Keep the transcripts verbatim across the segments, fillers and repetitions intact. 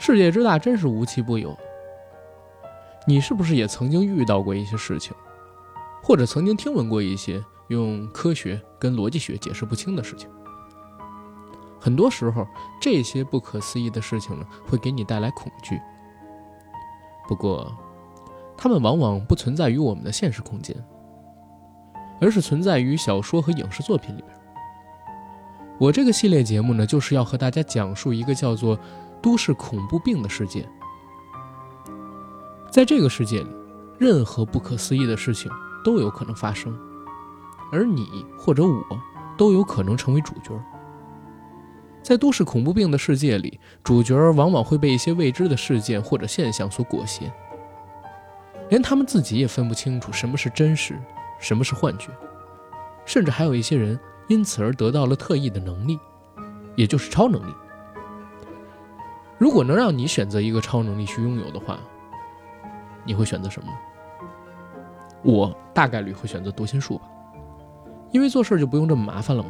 世界之大，真是无奇不有。你是不是也曾经遇到过一些事情，或者曾经听闻过一些用科学跟逻辑学解释不清的事情？很多时候，这些不可思议的事情呢，会给你带来恐惧。不过，它们往往不存在于我们的现实空间，而是存在于小说和影视作品里边。我这个系列节目呢，就是要和大家讲述一个叫做都市恐怖病的世界。在这个世界里，任何不可思议的事情都有可能发生，而你或者我都有可能成为主角。在都市恐怖病的世界里，主角往往会被一些未知的事件或者现象所裹挟，连他们自己也分不清楚什么是真实，什么是幻觉，甚至还有一些人因此而得到了特异的能力，也就是超能力。如果能让你选择一个超能力去拥有的话，你会选择什么呢？我大概率会选择读心术吧，因为做事就不用这么麻烦了嘛。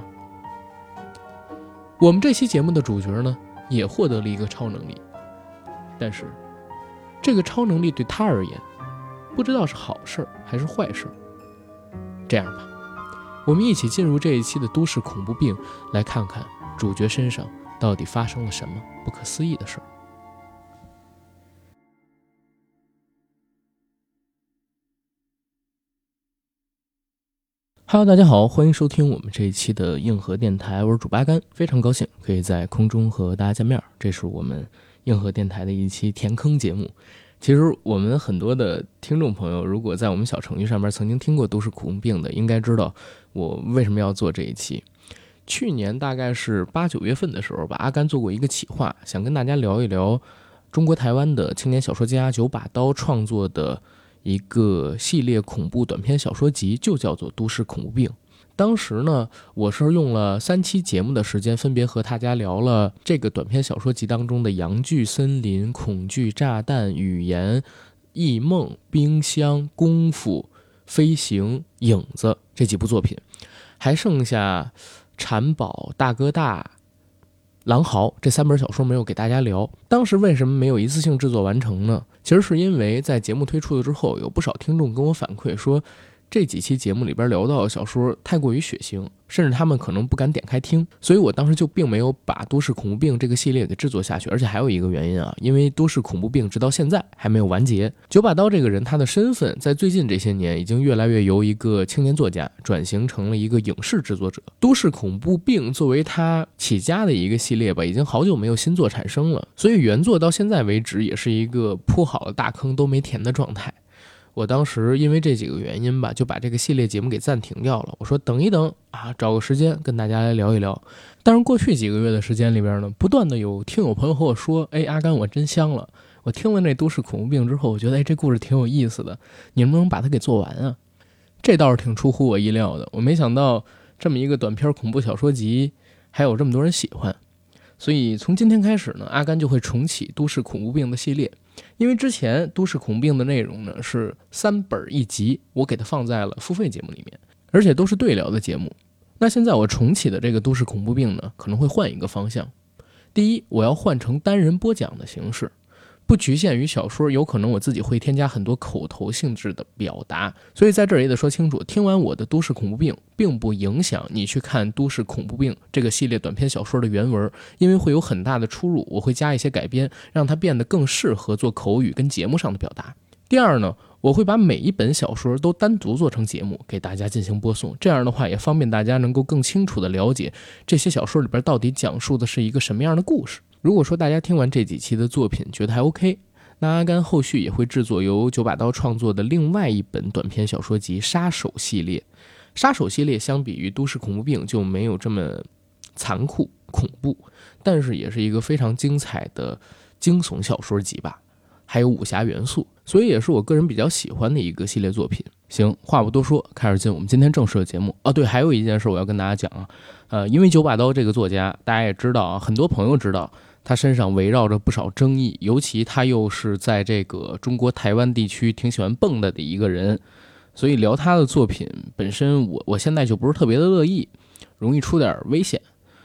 我们这期节目的主角呢，也获得了一个超能力，但是这个超能力对他而言，不知道是好事还是坏事。这样吧，我们一起进入这一期的都市恐怖病，来看看主角身上到底发生了什么不可思议的事儿。Hello， 大家好，欢迎收听我们这一期的硬核电台，我是主八竿，非常高兴可以在空中和大家见面。这是我们硬核电台的一期填坑节目。其实我们很多的听众朋友，如果在我们小程序上面曾经听过都市恐怖病的，应该知道我为什么要做这一期。去年大概是八九月份的时候吧，阿甘做过一个企划，想跟大家聊一聊中国台湾的青年小说家九把刀创作的一个系列恐怖短篇小说集，就叫做《都市恐怖病》。当时呢，我是用了三期节目的时间，分别和大家聊了这个短篇小说集当中的阳具、森林、恐惧、炸弹、语言、异梦、冰箱、功夫、飞行、影子这几部作品，还剩下蚕宝、大哥大、狼嚎这三本小说没有给大家聊。当时为什么没有一次性制作完成呢？其实是因为在节目推出了之后，有不少听众跟我反馈说，这几期节目里边聊到的小说太过于血腥，甚至他们可能不敢点开听，所以我当时就并没有把都市恐怖病这个系列给制作下去。而且还有一个原因啊，因为都市恐怖病直到现在还没有完结。九把刀这个人，他的身份在最近这些年已经越来越由一个青年作家转型成了一个影视制作者。都市恐怖病作为他起家的一个系列吧，已经好久没有新作产生了，所以原作到现在为止也是一个铺好了大坑都没填的状态。我当时因为这几个原因吧，就把这个系列节目给暂停掉了。我说等一等啊，找个时间跟大家来聊一聊。但是过去几个月的时间里边呢，不断的有听友朋友和我说，哎，阿甘我真香了，我听了那都市恐怖病之后，我觉得哎这故事挺有意思的，你能不能把它给做完啊？这倒是挺出乎我意料的，我没想到这么一个短篇恐怖小说集还有这么多人喜欢。所以从今天开始呢，阿甘就会重启都市恐怖病的系列。因为之前都市恐怖病的内容呢是三本一集，我给它放在了付费节目里面，而且都是对聊的节目。那现在我重启的这个都市恐怖病呢，可能会换一个方向。第一，我要换成单人播讲的形式，不局限于小说，有可能我自己会添加很多口头性质的表达，所以在这儿也得说清楚，听完我的都市恐怖病并不影响你去看都市恐怖病这个系列短篇小说的原文，因为会有很大的出入，我会加一些改编，让它变得更适合做口语跟节目上的表达。第二呢，我会把每一本小说都单独做成节目给大家进行播送，这样的话也方便大家能够更清楚的了解这些小说里边到底讲述的是一个什么样的故事。如果说大家听完这几期的作品觉得还 OK， 那阿甘后续也会制作由九把刀创作的另外一本短篇小说集《杀手系列》。杀手系列相比于都市恐怖病就没有这么残酷恐怖，但是也是一个非常精彩的惊悚小说集吧，还有武侠元素，所以也是我个人比较喜欢的一个系列作品。行，话不多说，开始进我们今天正式的节目。哦，对，还有一件事我要跟大家讲啊，呃，因为九把刀这个作家，大家也知道啊，很多朋友知道，他身上围绕着不少争议，尤其他又是在这个中国台湾地区挺喜欢蹦的的一个人，所以聊他的作品本身我我现在就不是特别的乐意，容易出点危险。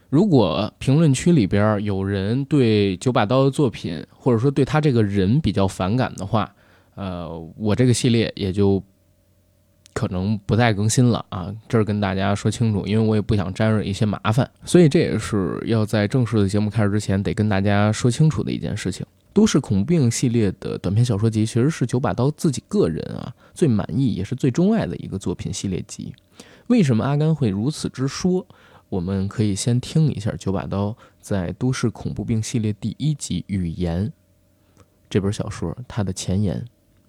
如果评论区里边有人对九把刀的作品，或者说对他这个人比较反感的话，呃，我这个系列也就可能不再更新了啊。这儿跟大家说清楚，因为我也不想沾惹一些麻烦，所以这也是要在正式的节目开始之前得跟大家说清楚的一件事情。都市恐怖病系列的短篇小说集其实是九把刀自己个人啊最满意也是最钟爱的一个作品系列集。为什么阿甘会如此之说？我们可以先听一下九把刀在都市恐怖病系列第一集《语言》这本小说它的前言。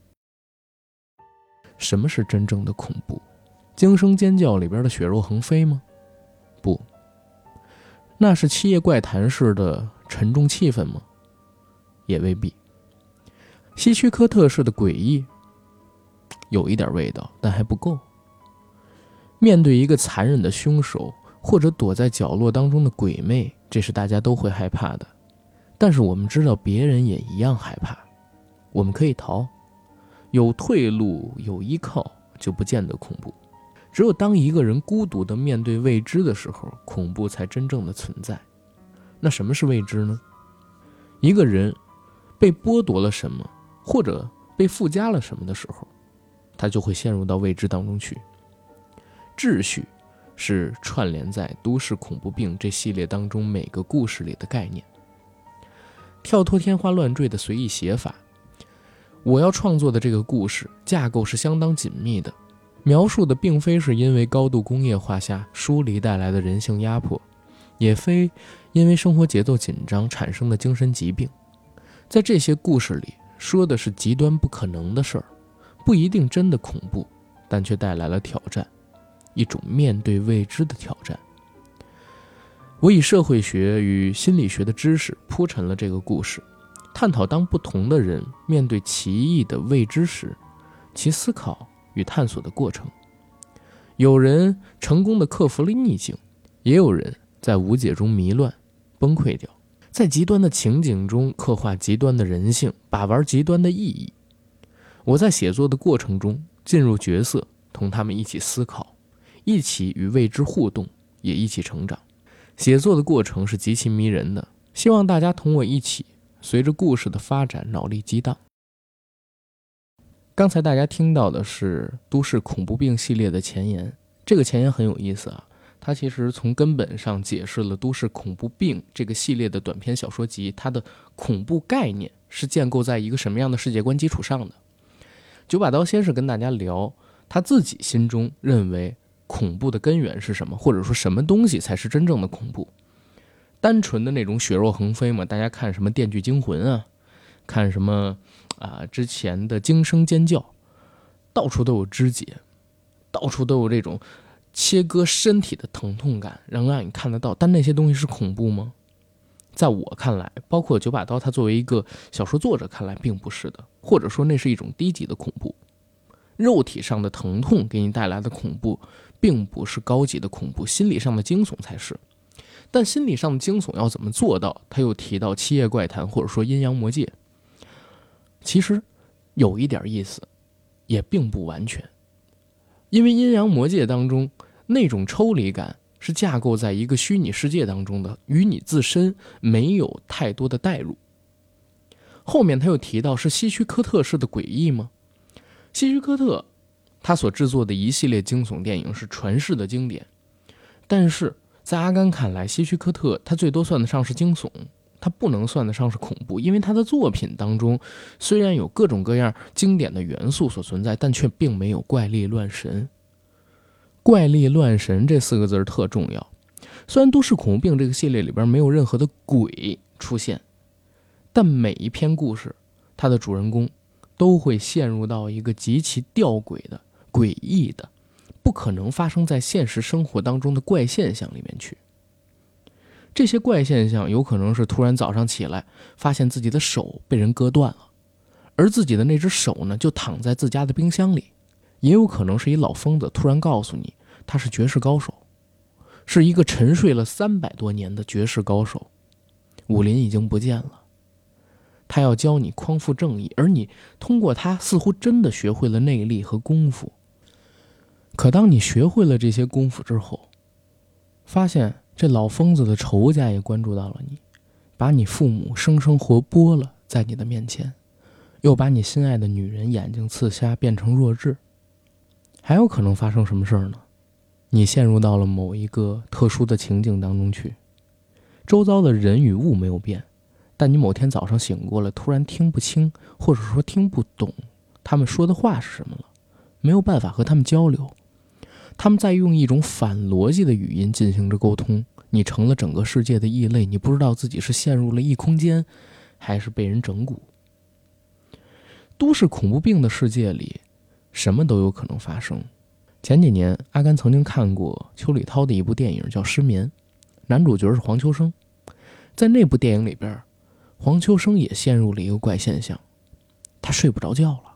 什么是真正的恐怖？惊声尖叫里边的血肉横飞吗？不，那是七夜怪谈式的沉重气氛吗？也未必。希区柯特式的诡异有一点味道，但还不够。面对一个残忍的凶手，或者躲在角落当中的鬼魅，这是大家都会害怕的。但是我们知道别人也一样害怕，我们可以逃，有退路有依靠就不见得恐怖。只有当一个人孤独地面对未知的时候，恐怖才真正的存在。那什么是未知呢？一个人被剥夺了什么，或者被附加了什么的时候，他就会陷入到未知当中去。秩序是串联在都市恐怖病这系列当中每个故事里的概念。跳脱天花乱坠的随意写法，我要创作的这个故事架构是相当紧密的，描述的并非是因为高度工业化下疏离带来的人性压迫，也非因为生活节奏紧张产生的精神疾病。在这些故事里说的是极端不可能的事儿，不一定真的恐怖，但却带来了挑战，一种面对未知的挑战。我以社会学与心理学的知识铺陈了这个故事，探讨当不同的人面对奇异的未知时，其思考与探索的过程。有人成功地克服了逆境，也有人在无解中迷乱崩溃掉，在极端的情景中刻画极端的人性，把玩极端的意义。我在写作的过程中进入角色，同他们一起思考，一起与未知互动，也一起成长。写作的过程是极其迷人的，希望大家同我一起随着故事的发展脑力激荡。刚才大家听到的是都市恐怖病系列的前言，这个前言很有意思啊，它其实从根本上解释了都市恐怖病这个系列的短篇小说集，它的恐怖概念是建构在一个什么样的世界观基础上的。九把刀先是跟大家聊他自己心中认为恐怖的根源是什么，或者说什么东西才是真正的恐怖。单纯的那种血肉横飞嘛，大家看什么《电锯惊魂》啊，看什么啊之前的惊声尖叫，到处都有肢解，到处都有这种切割身体的疼痛感，能让你看得到。但那些东西是恐怖吗？在我看来，包括九把刀他作为一个小说作者看来并不是的，或者说那是一种低级的恐怖。肉体上的疼痛给你带来的恐怖并不是高级的恐怖，心理上的惊悚才是。但心理上的惊悚要怎么做到？他又提到七夜怪谈或者说阴阳魔界，其实有一点意思，也并不完全。因为阴阳魔界当中那种抽离感是架构在一个虚拟世界当中的，与你自身没有太多的代入。后面他又提到是希区柯特式的诡异吗？希区柯特他所制作的一系列惊悚电影是传世的经典，但是在阿甘看来，希区柯特他最多算得上是惊悚，他不能算得上是恐怖。因为他的作品当中虽然有各种各样经典的元素所存在，但却并没有怪力乱神。怪力乱神这四个字特重要。虽然都市恐怖病这个系列里边没有任何的鬼出现，但每一篇故事它的主人公都会陷入到一个极其吊诡的、诡异的、不可能发生在现实生活当中的怪现象里面去。这些怪现象有可能是突然早上起来发现自己的手被人割断了，而自己的那只手呢就躺在自家的冰箱里。也有可能是一老疯子突然告诉你他是绝世高手，是一个沉睡了三百多年的绝世高手，武林已经不见了，他要教你匡扶正义，而你通过他似乎真的学会了内力和功夫。可当你学会了这些功夫之后，发现这老疯子的仇家也关注到了你，把你父母生生活剥了在你的面前，又把你心爱的女人眼睛刺瞎变成弱智。还有可能发生什么事儿呢？你陷入到了某一个特殊的情景当中去，周遭的人与物没有变，但你某天早上醒过来，突然听不清或者说听不懂他们说的话是什么了，没有办法和他们交流，他们在用一种反逻辑的语音进行着沟通，你成了整个世界的异类，你不知道自己是陷入了异空间还是被人整蛊。都市恐怖病的世界里什么都有可能发生。前几年阿甘曾经看过邱礼涛的一部电影叫《失眠》，男主角是黄秋生。在那部电影里边，黄秋生也陷入了一个怪现象，他睡不着觉了。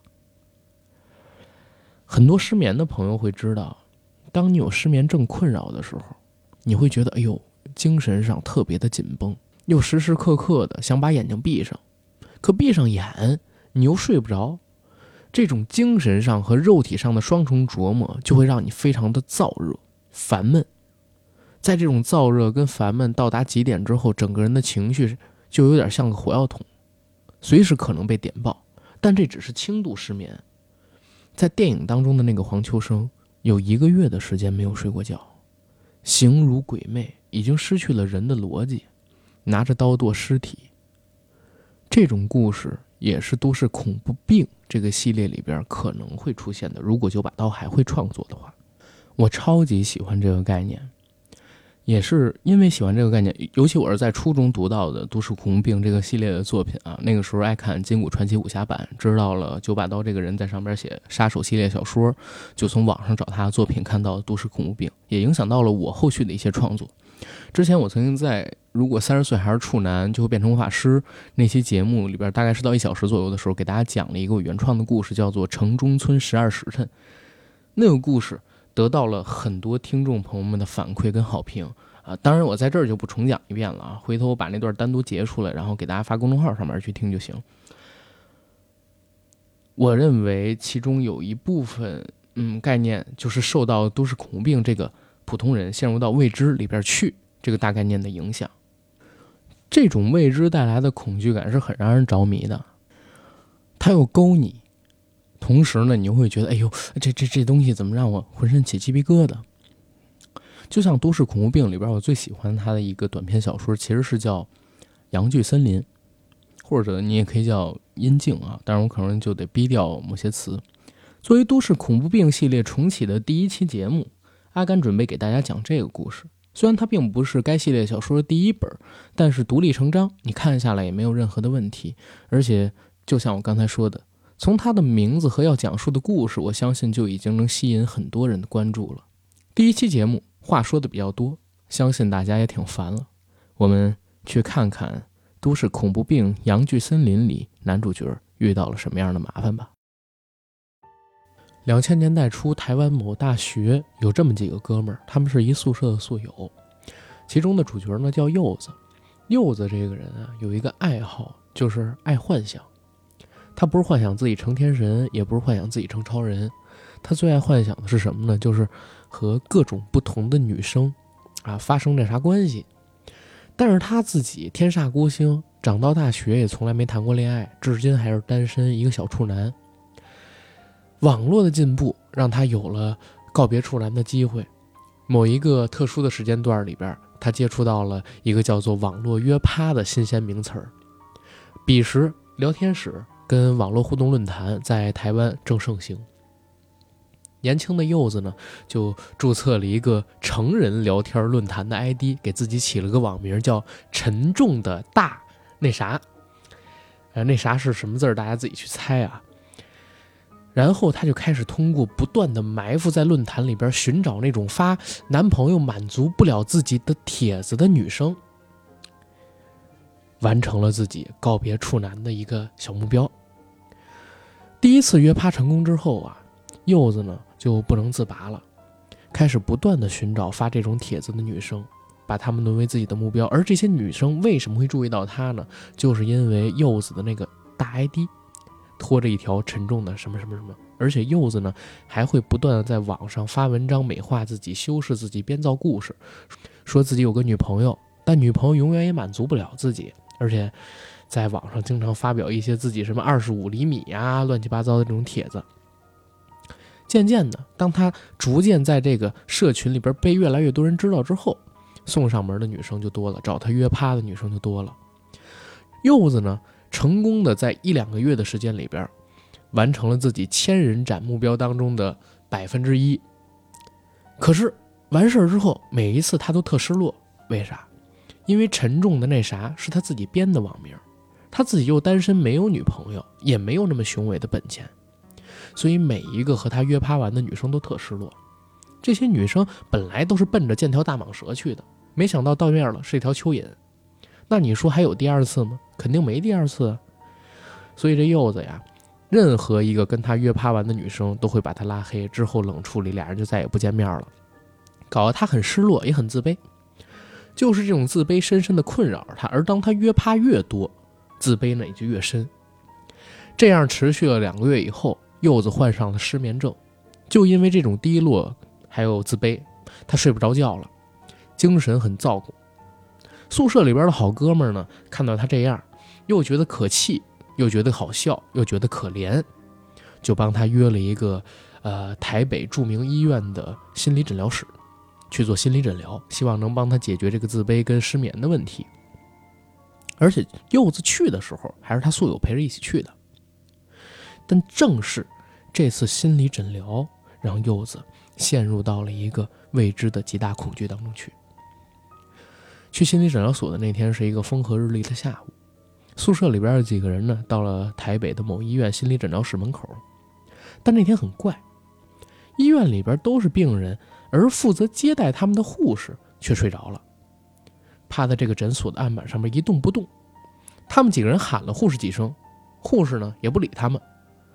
很多失眠的朋友会知道，当你有失眠症困扰的时候，你会觉得哎呦，精神上特别的紧绷，又时时刻刻的想把眼睛闭上，可闭上眼你又睡不着。这种精神上和肉体上的双重琢磨就会让你非常的燥热烦闷。在这种燥热跟烦闷到达极点之后，整个人的情绪就有点像个火药桶，随时可能被点爆。但这只是轻度失眠。在电影当中的那个黄秋生有一个月的时间没有睡过觉，形如鬼魅，已经失去了人的逻辑，拿着刀剁尸体。这种故事也是都市恐怖病这个系列里边可能会出现的，如果九把刀还会创作的话。我超级喜欢这个概念，也是因为喜欢这个概念，尤其我是在初中读到的都市恐怖病这个系列的作品啊，那个时候爱看金谷传奇武侠版，知道了九把刀这个人在上边写杀手系列小说，就从网上找他的作品看到都市恐怖病，也影响到了我后续的一些创作。之前我曾经在如果三十岁还是处男就会变成魔法师那期节目里边，大概是到一小时左右的时候，给大家讲了一个我原创的故事，叫做城中村十二时辰。那个故事得到了很多听众朋友们的反馈跟好评啊，当然我在这儿就不重讲一遍了啊，回头我把那段单独截出来，然后给大家发公众号上面去听就行。我认为其中有一部分嗯概念就是受到都市恐怖病这个普通人陷入到未知里边去这个大概念的影响。这种未知带来的恐惧感是很让人着迷的，它又勾你，同时呢你又会觉得哎呦，这这这东西怎么让我浑身起鸡皮疙瘩。就像都市恐怖病里边我最喜欢它的一个短篇小说，其实是叫阳具森林，或者你也可以叫阴茎啊，当然我可能就得逼掉某些词。作为都市恐怖病系列重启的第一期节目，阿甘准备给大家讲这个故事。虽然它并不是该系列小说的第一本，但是独立成章，你看下来也没有任何的问题。而且就像我刚才说的，从它的名字和要讲述的故事，我相信就已经能吸引很多人的关注了。第一期节目话说的比较多，相信大家也挺烦了，我们去看看都市恐怖病阳具森林里男主角遇到了什么样的麻烦吧。两千年代初，台湾某大学有这么几个哥们儿，他们是一宿舍的宿友，其中的主角呢叫柚子。柚子这个人啊，有一个爱好，就是爱幻想。他不是幻想自己成天神，也不是幻想自己成超人，他最爱幻想的是什么呢？就是和各种不同的女生啊发生点啥关系。但是他自己天煞孤星，长到大学也从来没谈过恋爱，至今还是单身，一个小处男。网络的进步让他有了告别处男的机会。某一个特殊的时间段里边，他接触到了一个叫做网络约趴的新鲜名词儿。彼时聊天室跟网络互动论坛在台湾正盛行，年轻的柚子呢就注册了一个成人聊天论坛的 I D， 给自己起了个网名叫沉重的大那啥，呃，那啥是什么字儿？大家自己去猜啊。然后他就开始通过不断的埋伏在论坛里边，寻找那种发男朋友满足不了自己的帖子的女生，完成了自己告别处男的一个小目标。第一次约趴成功之后啊，柚子呢就不能自拔了，开始不断的寻找发这种帖子的女生，把她们沦为自己的目标。而这些女生为什么会注意到他呢？就是因为柚子的那个大 I D拖着一条沉重的什么什么什么， 而且柚子呢还会不断的在网上发文章美化自己，修饰自己，编造故事，说自己有个女朋友，但女朋友永远也满足不了自己，而且在网上经常发表一些自己什么二十五厘米呀乱七八糟的这种帖子。渐渐的，当他逐渐在这个社群里边被越来越多人知道之后，送上门的女生就多了，找他约趴的女生就多了。柚子呢成功的在一两个月的时间里边完成了自己千人斩目标当中的百分之一。可是完事儿之后，每一次他都特失落，为啥？因为沉重的那啥是他自己编的网名，他自己又单身，没有女朋友，也没有那么雄伟的本钱，所以每一个和他约趴完的女生都特失落。这些女生本来都是奔着见条大蟒蛇去的，没想到到面了是一条蚯蚓。那你说还有第二次吗？肯定没第二次啊。所以这柚子呀，任何一个跟他约趴完的女生都会把他拉黑，之后冷处理，俩人就再也不见面了，搞得他很失落，也很自卑。就是这种自卑深深的困扰着他，而当他约趴越多，自卑呢也就越深。这样持续了两个月以后，柚子患上了失眠症，就因为这种低落还有自卑，他睡不着觉了，精神很躁动。宿舍里边的好哥们呢，看到他这样，又觉得可气，又觉得好笑，又觉得可怜，就帮他约了一个呃台北著名医院的心理诊疗室去做心理诊疗，希望能帮他解决这个自卑跟失眠的问题。而且柚子去的时候还是他宿友陪着一起去的。但正是这次心理诊疗让柚子陷入到了一个未知的极大恐惧当中去。去心理诊疗所的那天是一个风和日丽的下午，宿舍里边的几个人呢到了台北的某医院心理诊疗室门口。但那天很怪，医院里边都是病人，而负责接待他们的护士却睡着了，趴在这个诊所的案板上面一动不动。他们几个人喊了护士几声，护士呢也不理他们。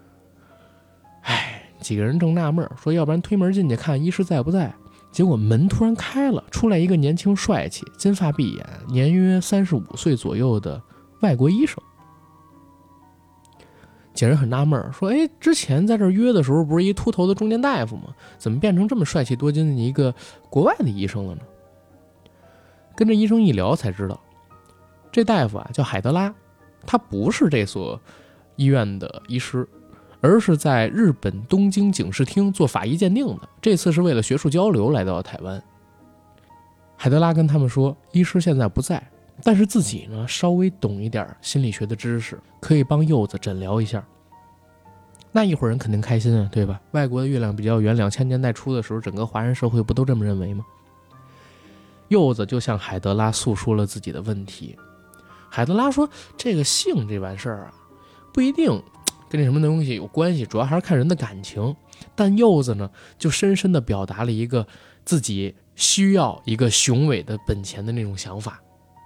哎，几个人正纳闷，说要不然推门进去看医师在不在。结果门突然开了，出来一个年轻帅气、金发碧眼、年约三十五岁左右的外国医生。几人很纳闷，说：“哎，之前在这儿约的时候不是一秃头的中年大夫吗？怎么变成这么帅气多金的一个国外的医生了呢？”跟着医生一聊才知道，这大夫啊叫海德拉，他不是这所医院的医师，而是在日本东京警视厅做法医鉴定的，这次是为了学术交流来到台湾。海德拉跟他们说，医师现在不在，但是自己呢稍微懂一点心理学的知识，可以帮柚子诊疗一下。那一会儿人肯定开心啊，对吧？外国的月亮比较圆，两千年代初的时候，整个华人社会不都这么认为吗？柚子就向海德拉诉说了自己的问题。海德拉说，这个性这完事儿啊，不一定跟这什么东西有关系，主要还是看人的感情。但柚子呢，就深深地表达了一个自己需要一个雄伟的本钱的那种想法。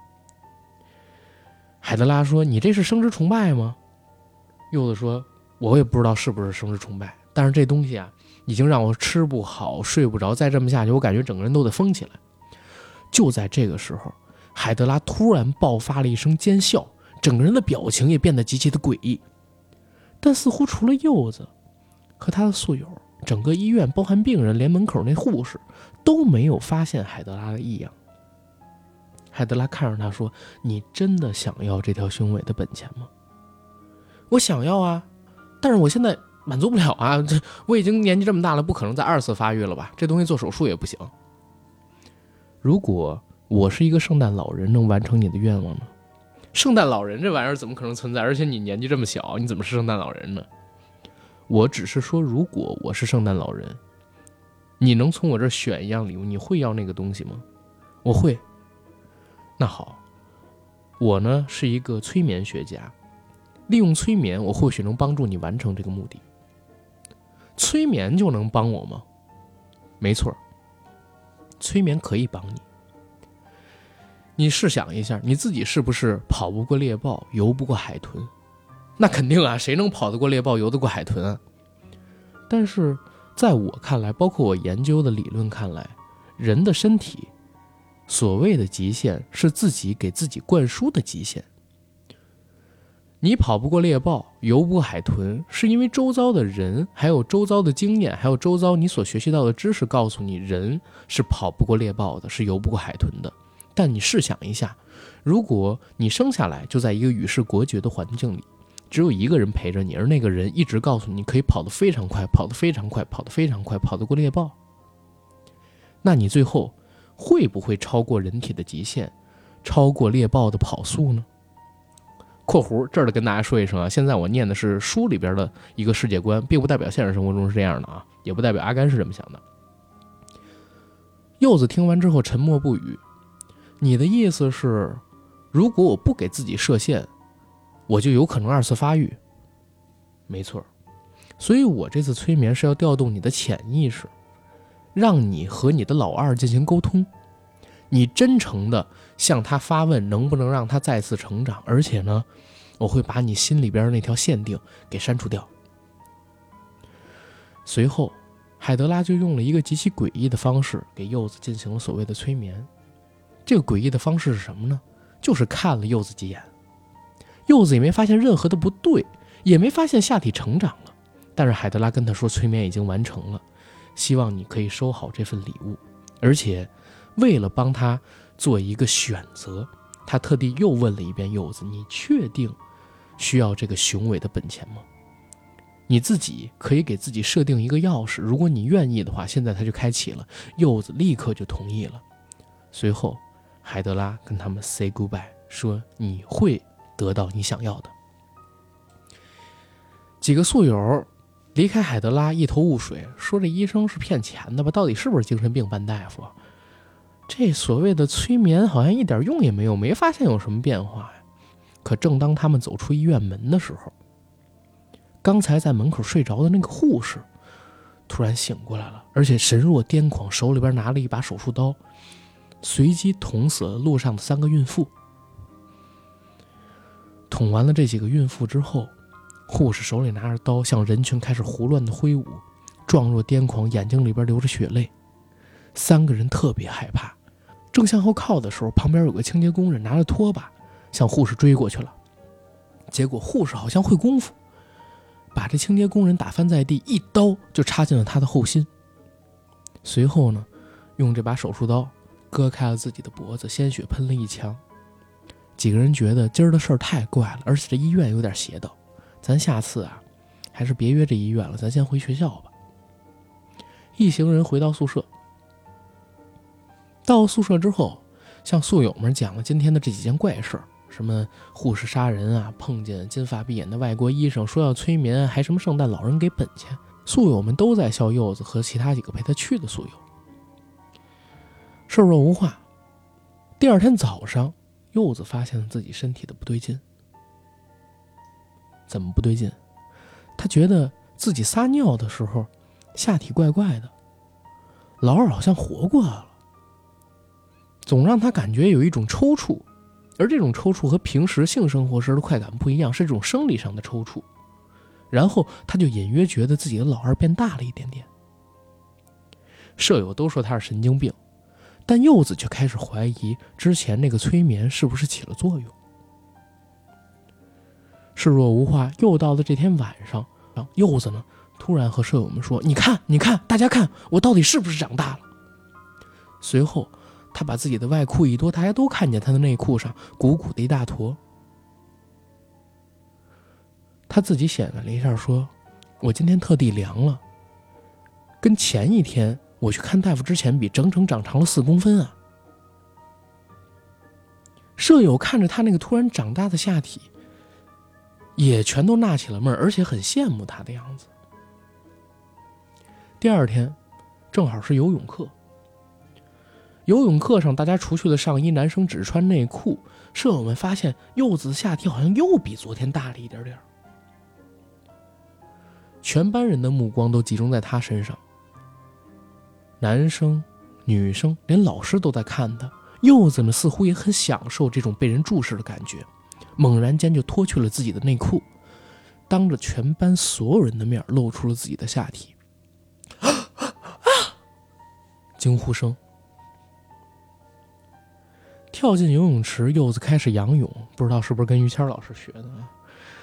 海德拉说，你这是生殖崇拜吗？柚子说，我也不知道是不是生殖崇拜，但是这东西啊，已经让我吃不好睡不着，再这么下去我感觉整个人都得疯起来。就在这个时候，海德拉突然爆发了一声尖笑，整个人的表情也变得极其的诡异。但似乎除了柚子和他的宿友，整个医院包含病人连门口那护士都没有发现海德拉的异样。海德拉看着他说，你真的想要这条雄伟的本钱吗？我想要啊，但是我现在满足不了啊，这我已经年纪这么大了，不可能再二次发育了吧，这东西做手术也不行。如果我是一个圣诞老人，能完成你的愿望吗？圣诞老人这玩意儿怎么可能存在？而且你年纪这么小，你怎么是圣诞老人呢？我只是说，如果我是圣诞老人，你能从我这儿选一样礼物，你会要那个东西吗？我会。那好，我呢是一个催眠学家，利用催眠，我或许能帮助你完成这个目的。催眠就能帮我吗？没错，催眠可以帮你。你试想一下，你自己是不是跑不过猎豹，游不过海豚？那肯定啊，谁能跑得过猎豹，游得过海豚啊？但是在我看来，包括我研究的理论看来，人的身体所谓的极限是自己给自己灌输的极限。 你跑不过猎豹，游不过海豚，是因为周遭的人，还有周遭的经验，还有周遭你所学习到的知识告诉你，人是跑不过猎豹的，是游不过海豚的。但你试想一下，如果你生下来就在一个与世隔绝的环境里，只有一个人陪着你，而那个人一直告诉你可以跑得非常快，跑得非常快，跑得非常快，跑得过猎豹，那你最后会不会超过人体的极限，超过猎豹的跑速呢？括弧这儿的跟大家说一声啊，现在我念的是书里边的一个世界观，并不代表现实生活中是这样的啊，也不代表阿甘是这么想的。柚子听完之后沉默不语。你的意思是，如果我不给自己设限，我就有可能二次发育？没错，所以我这次催眠是要调动你的潜意识，让你和你的老二进行沟通，你真诚的向他发问，能不能让他再次成长，而且呢，我会把你心里边那条限定给删除掉。随后海德拉就用了一个极其诡异的方式给柚子进行了所谓的催眠。这个诡异的方式是什么呢？就是看了柚子几眼，柚子也没发现任何的不对，也没发现下体成长了，但是海德拉跟他说催眠已经完成了，希望你可以收好这份礼物，而且为了帮他做一个选择，他特地又问了一遍柚子，你确定需要这个雄伟的本钱吗？你自己可以给自己设定一个钥匙，如果你愿意的话，现在他就开启了。柚子立刻就同意了。随后海德拉跟他们 say goodbye， 说你会得到你想要的。几个宿友离开海德拉一头雾水，说这医生是骗钱的吧？到底是不是精神病半大夫？这所谓的催眠好像一点用也没有，没发现有什么变化呀。可正当他们走出医院门的时候，刚才在门口睡着的那个护士突然醒过来了，而且神若癫狂，手里边拿了一把手术刀，随机捅死了路上的三个孕妇。捅完了这几个孕妇之后，护士手里拿着刀向人群开始胡乱的挥舞，状若癫狂，眼睛里边流着血泪。三个人特别害怕，正向后靠的时候，旁边有个清洁工人拿着拖把向护士追过去了。结果护士好像会功夫，把这清洁工人打翻在地，一刀就插进了他的后心。随后呢，用这把手术刀割开了自己的脖子，鲜血喷了一墙。几个人觉得今儿的事儿太怪了，而且这医院有点邪道，咱下次啊还是别约这医院了，咱先回学校吧。一行人回到宿舍，到宿舍之后向宿友们讲了今天的这几件怪事儿，什么护士杀人啊，碰见金发碧眼的外国医生说要催眠，还什么圣诞老人给本钱。宿友们都在笑柚子和其他几个陪他去的宿友。事若无话，第二天早上，柚子发现了自己身体的不对劲。怎么不对劲？他觉得自己撒尿的时候下体怪怪的，老二好像活过来了，总让他感觉有一种抽搐，而这种抽搐和平时性生活时的快感不一样，是这种生理上的抽搐。然后他就隐约觉得自己的老二变大了一点点。舍友都说他是神经病，但柚子却开始怀疑之前那个催眠是不是起了作用。视若无话，又到了这天晚上，柚子呢突然和舍友们说，你看你看大家看，我到底是不是长大了。随后他把自己的外裤一脱，大家都看见他的内裤上鼓鼓的一大坨。他自己显摆了一下，说我今天特地量了，跟前一天我去看大夫之前比，整整长长了四公分啊。舍友看着他那个突然长大的下体，也全都纳起了闷儿，而且很羡慕他的样子。第二天正好是游泳课，游泳课上大家除去了上衣，男生只穿内裤。舍友们发现柚子的下体好像又比昨天大了一点点，全班人的目光都集中在他身上，男生女生连老师都在看他。柚子呢似乎也很享受这种被人注视的感觉，猛然间就脱去了自己的内裤，当着全班所有人的面露出了自己的下体。啊啊！惊呼声。跳进游泳池，柚子开始仰泳，不知道是不是跟于谦老师学的啊？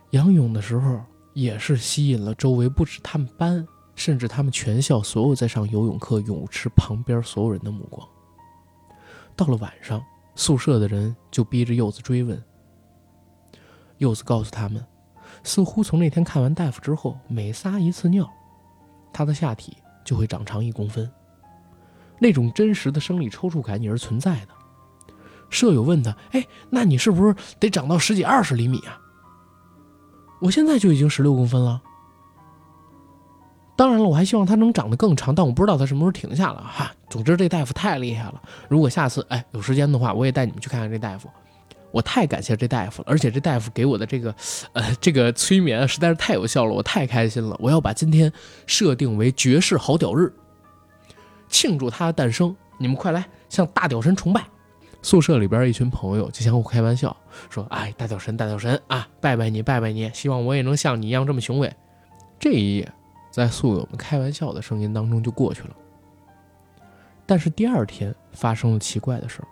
仰泳的时候也是吸引了周围不止他们班，甚至他们全校所有在上游泳课泳池旁边所有人的目光。到了晚上，宿舍的人就逼着柚子追问。柚子告诉他们，似乎从那天看完大夫之后，每撒一次尿，他的下体就会长长一公分，那种真实的生理抽搐感也是存在的。舍友问他，哎，那你是不是得长到十几二十厘米啊？我现在就已经十六公分了。当然了，我还希望他能长得更长，但我不知道他什么时候停下了哈。总之这大夫太厉害了，如果下次哎有时间的话，我也带你们去看看这大夫。我太感谢这大夫了，而且这大夫给我的这个呃这个催眠实在是太有效了，我太开心了。我要把今天设定为绝世好屌日，庆祝他的诞生，你们快来向大屌神崇拜。宿舍里边一群朋友就相互开玩笑说，哎，大屌神大屌神啊，拜拜你拜拜你，希望我也能像你一样这么雄伟。这一夜在宿友们开玩笑的声音当中就过去了。但是第二天发生了奇怪的事儿。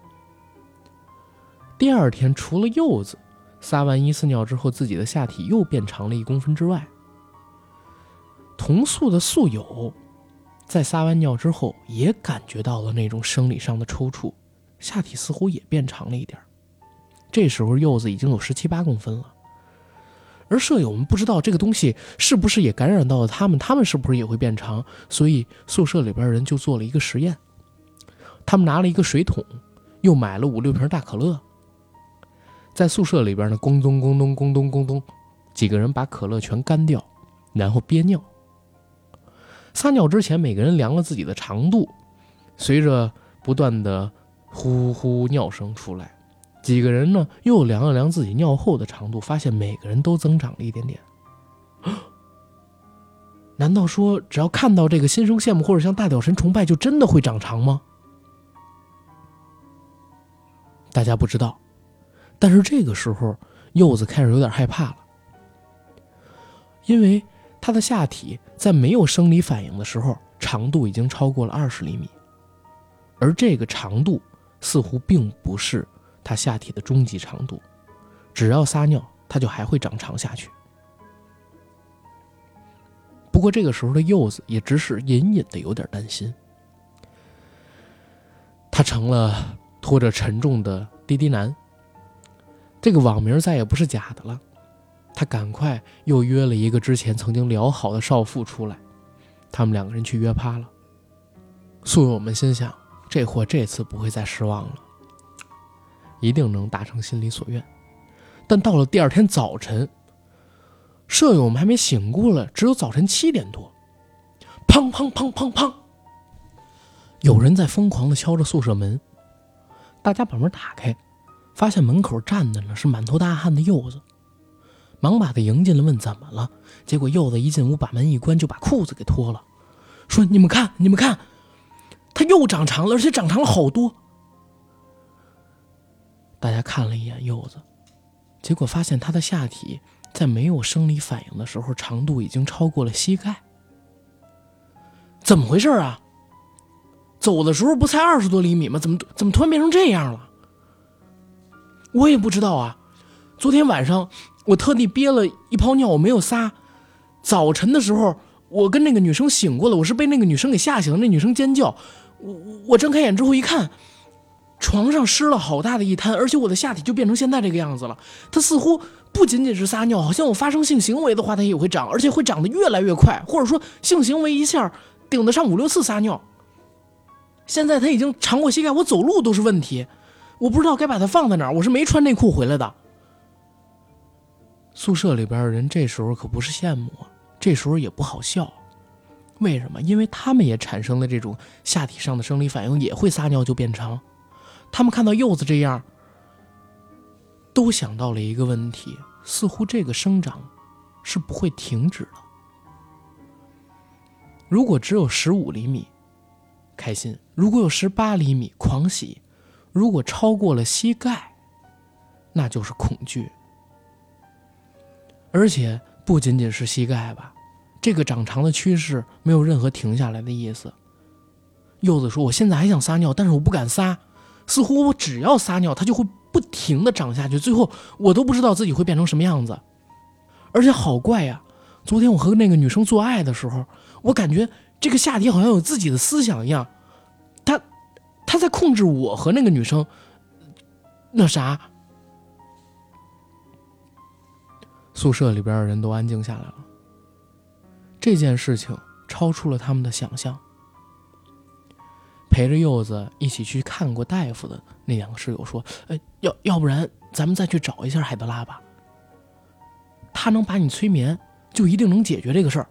第二天除了柚子撒完一次尿之后自己的下体又变长了一公分之外，同宿的宿友在撒完尿之后也感觉到了那种生理上的抽搐，下体似乎也变长了一点。这时候柚子已经有十七八公分了，而舍友们不知道这个东西是不是也感染到了他们，他们是不是也会变长，所以宿舍里边人就做了一个实验。他们拿了一个水桶，又买了五六瓶大可乐，在宿舍里边呢，咣咚咣咚咣咚咣咚，几个人把可乐全干掉，然后憋尿。撒尿之前，每个人量了自己的长度，随着不断的呼呼尿声出来，几个人呢又量了量自己尿后的长度，发现每个人都增长了一点点。难道说只要看到这个心生羡慕或者向大屌神崇拜，就真的会长长吗？大家不知道，但是这个时候柚子开始有点害怕了，因为他的下体在没有生理反应的时候长度已经超过了二十厘米，而这个长度似乎并不是他下体的终极长度，只要撒尿他就还会长长下去。不过这个时候的柚子也只是隐隐的有点担心，他成了拖着沉重的滴滴男，这个网名再也不是假的了。他赶快又约了一个之前曾经聊好的少妇出来，他们两个人去约趴了。宿友们心想，这货这次不会再失望了，一定能达成心里所愿。但到了第二天早晨，舍友们还没醒过来，只有早晨七点多，砰砰砰砰砰，有人在疯狂地敲着宿舍门。大家把门打开，发现门口站的呢是满头大汗的柚子，忙把他迎进了，问怎么了。结果柚子一进屋把门一关，就把裤子给脱了，说你们看你们看，他又长长了，而且长长了好多。大家看了一眼柚子，结果发现他的下体在没有生理反应的时候长度已经超过了膝盖。怎么回事啊？走的时候不才二十多厘米吗？怎么怎么突然变成这样了？我也不知道啊。昨天晚上我特地憋了一泡尿，我没有撒。早晨的时候，我跟那个女生醒过了，我是被那个女生给吓醒了。那女生尖叫，我我睁开眼之后一看，床上湿了好大的一滩，而且我的下体就变成现在这个样子了。它似乎不仅仅是撒尿，好像我发生性行为的话，它也会长，而且会长得越来越快，或者说性行为一下顶得上五六次撒尿。现在它已经长过膝盖，我走路都是问题，我不知道该把它放在哪儿。我是没穿内裤回来的。宿舍里边的人这时候可不是羡慕，这时候也不好笑。为什么？因为他们也产生了这种下体上的生理反应，也会撒尿就变长。他们看到柚子这样，都想到了一个问题，似乎这个生长是不会停止的。如果只有十五厘米，开心；如果有十八厘米，狂喜；如果超过了膝盖，那就是恐惧。而且不仅仅是膝盖吧，这个长长的趋势没有任何停下来的意思。柚子说，我现在还想撒尿，但是我不敢撒，似乎我只要撒尿它就会不停地长下去，最后我都不知道自己会变成什么样子。 而且好怪呀！昨天我和那个女生做爱的时候，我感觉这个下体好像有自己的思想一样，他他在控制我和那个女生。那啥，宿舍里边的人都安静下来了。这件事情超出了他们的想象。陪着柚子一起去看过大夫的那两个室友说：“哎，要要不然咱们再去找一下海德拉吧，他能把你催眠，就一定能解决这个事儿。”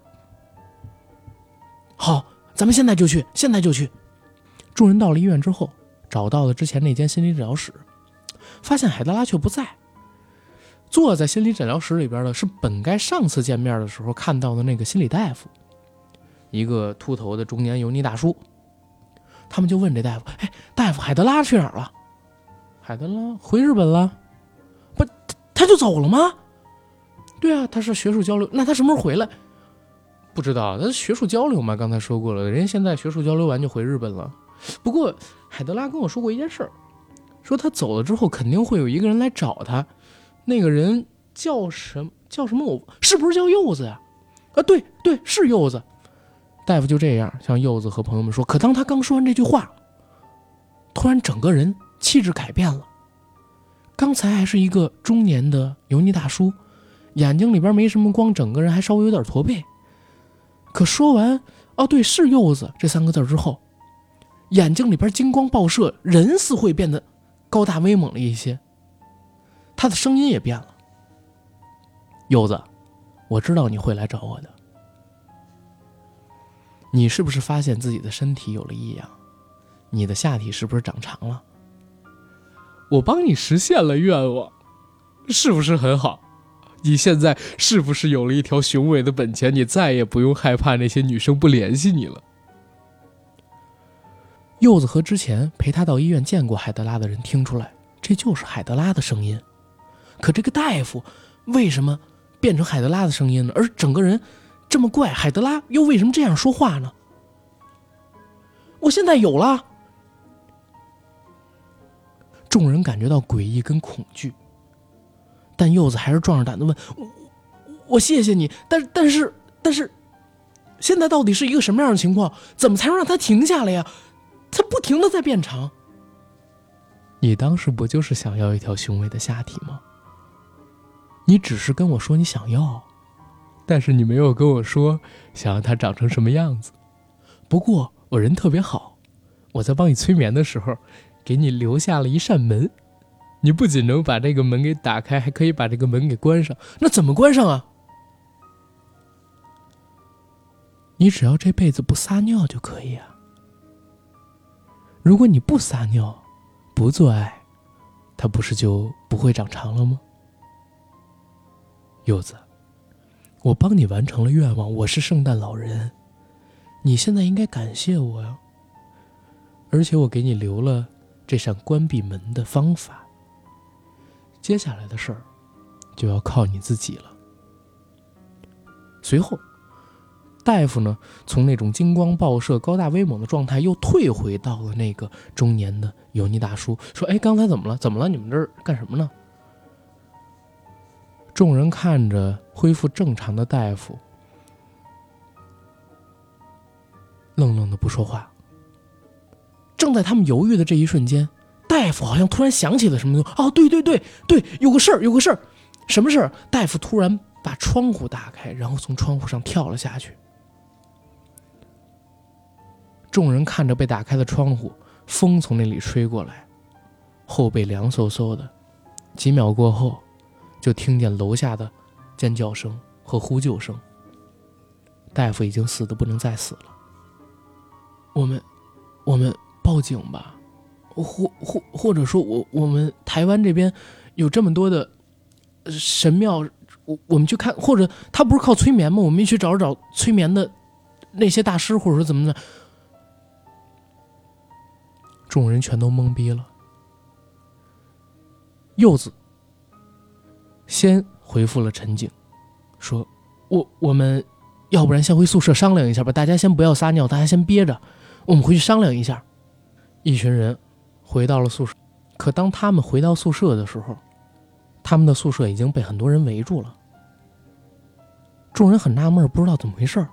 好，咱们现在就去，现在就去。众人到了医院之后，找到了之前那间心理治疗室，发现海德拉却不在。坐在心理诊疗室里边的是本该上次见面的时候看到的那个心理大夫，一个秃头的中年油腻大叔。他们就问这大夫：“哎，大夫，海德拉去哪儿了？”海德拉回日本了。不，他就走了吗？对啊，他是学术交流，那他什么时候回来？不知道，他是学术交流嘛，刚才说过了，人家现在学术交流完就回日本了。不过海德拉跟我说过一件事儿，说他走了之后肯定会有一个人来找他，那个人叫什么叫什么我是不是叫柚子呀？啊，对对，是柚子。大夫就这样向柚子和朋友们说，可当他刚说完这句话，突然整个人气质改变了。刚才还是一个中年的油腻大叔，眼睛里边没什么光，整个人还稍微有点驼背。可说完哦对，是柚子这三个字之后，眼睛里边金光爆射，人似会变得高大威猛了一些，他的声音也变了。柚子，我知道你会来找我的。你是不是发现自己的身体有了异样？你的下体是不是长长了？我帮你实现了愿望，是不是很好？你现在是不是有了一条雄伟的本钱？你再也不用害怕那些女生不联系你了。柚子和之前陪他到医院见过海德拉的人听出来，这就是海德拉的声音。可这个大夫为什么变成海德拉的声音呢？而整个人这么怪，海德拉又为什么这样说话呢？我现在有了。众人感觉到诡异跟恐惧，但柚子还是壮着胆子问：“我我谢谢你，但但是但是，现在到底是一个什么样的情况？怎么才能让它停下来呀？它不停的在变长。”你当时不就是想要一条雄伟的下体吗？你只是跟我说你想要，但是你没有跟我说想要它长成什么样子。不过我人特别好，我在帮你催眠的时候给你留下了一扇门，你不仅能把这个门给打开，还可以把这个门给关上。那怎么关上啊？你只要这辈子不撒尿就可以啊。如果你不撒尿不做爱，它不是就不会长长了吗？柚子，我帮你完成了愿望，我是圣诞老人，你现在应该感谢我呀。而且我给你留了这扇关闭门的方法，接下来的事儿就要靠你自己了。随后大夫呢，从那种金光爆射高大威猛的状态又退回到了那个中年的油腻大叔，说：“哎，刚才怎么了？怎么了？你们这儿干什么呢？”众人看着恢复正常的大夫，愣愣的不说话。正在他们犹豫的这一瞬间，大夫好像突然想起了什么东西。哦，对对对对，有个事儿，有个事儿，什么事儿？大夫突然把窗户打开，然后从窗户上跳了下去。众人看着被打开的窗户，风从那里吹过来，后背凉飕飕的。几秒过后，就听见楼下的尖叫声和呼救声。大夫已经死得不能再死了。我们，我们报警吧，或或或者说我我们台湾这边有这么多的神庙，我我们去看，或者他不是靠催眠吗？我们一起找找催眠的那些大师，或者说怎么的。众人全都懵逼了。柚子先回复了陈景，说：“我我们要不然先回宿舍商量一下吧，大家先不要撒尿，大家先憋着，我们回去商量一下。”一群人回到了宿舍，可当他们回到宿舍的时候，他们的宿舍已经被很多人围住了。 众人很纳闷，不知道怎么回事。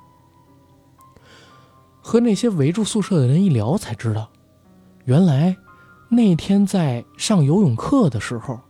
和那些围住宿舍的人一聊才知道，原来那天在上游泳课的时候，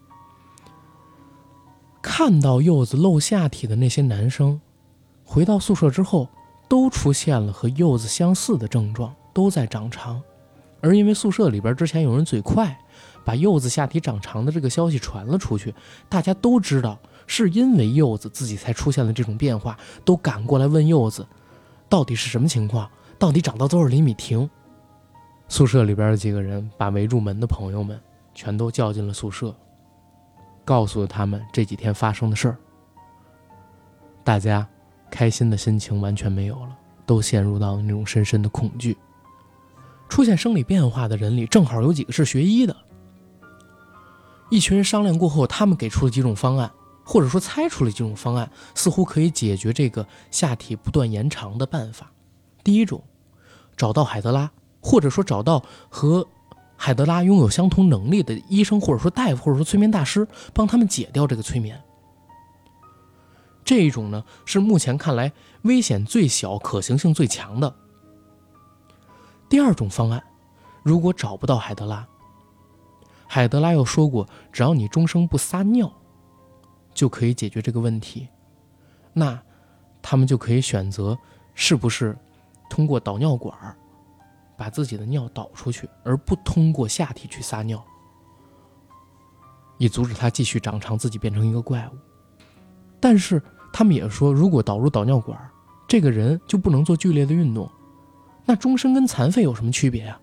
看到柚子露下体的那些男生回到宿舍之后都出现了和柚子相似的症状，都在长长。而因为宿舍里边之前有人嘴快，把柚子下体长长的这个消息传了出去，大家都知道是因为柚子自己才出现了这种变化，都赶过来问柚子到底是什么情况，到底长到多少厘米停。宿舍里边的几个人把围住门的朋友们全都叫进了宿舍，告诉了他们这几天发生的事儿。大家开心的心情完全没有了，都陷入到那种深深的恐惧。出现生理变化的人里正好有几个是学医的，一群人商量过后，他们给出了几种方案，或者说猜出了几种方案，似乎可以解决这个下体不断延长的办法。第一种，找到海德拉，或者说找到和海德拉拥有相同能力的医生，或者说大夫，或者说催眠大师，帮他们解掉这个催眠。这一种呢，是目前看来危险最小、可行性最强的。第二种方案，如果找不到海德拉，海德拉又说过，只要你终生不撒尿，就可以解决这个问题。那他们就可以选择是不是通过导尿管把自己的尿导出去，而不通过下体去撒尿，以阻止它继续长长，自己变成一个怪物。但是他们也说，如果导入导尿管，这个人就不能做剧烈的运动，那终身跟残废有什么区别啊？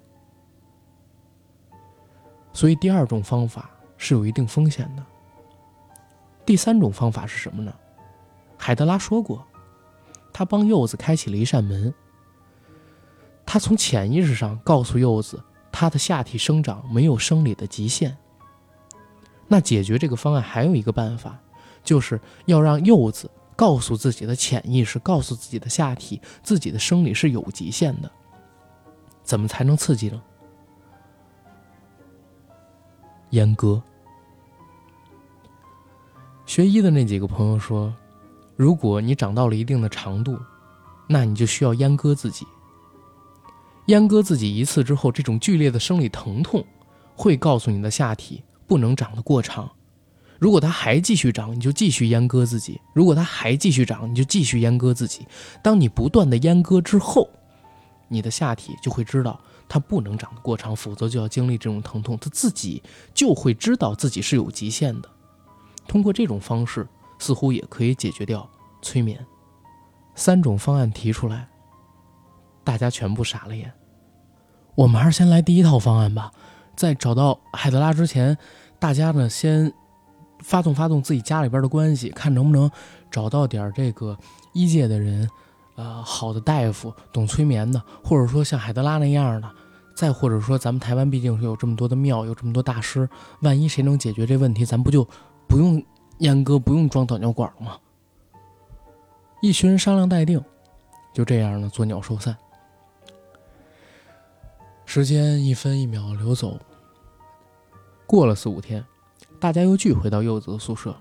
所以第二种方法是有一定风险的。第三种方法是什么呢？海德拉说过，他帮柚子开启了一扇门，他从潜意识上告诉柚子，他的下体生长没有生理的极限。那解决这个方案还有一个办法，就是要让柚子告诉自己的潜意识，告诉自己的下体，自己的生理是有极限的。怎么才能刺激呢？阉割。学医的那几个朋友说，如果你长到了一定的长度，那你就需要阉割自己。阉割自己一次之后，这种剧烈的生理疼痛会告诉你的下体不能长得过长。如果它还继续长，你就继续阉割自己；如果它还继续长，你就继续阉割自己。当你不断的阉割之后，你的下体就会知道它不能长得过长，否则就要经历这种疼痛，它自己就会知道自己是有极限的。通过这种方式，似乎也可以解决掉催眠。三种方案提出来，大家全部傻了眼。我们还是先来第一套方案吧，在找到海德拉之前，大家呢先发动发动自己家里边的关系，看能不能找到点这个医界的人，呃，好的大夫，懂催眠的，或者说像海德拉那样的，再或者说咱们台湾毕竟是有这么多的庙，有这么多大师，万一谁能解决这问题，咱不就不用阉割，不用装导尿管了吗？一群人商量待定，就这样呢，作鸟兽散。时间一分一秒流走，过了四五天，大家又聚回到柚子的宿舍。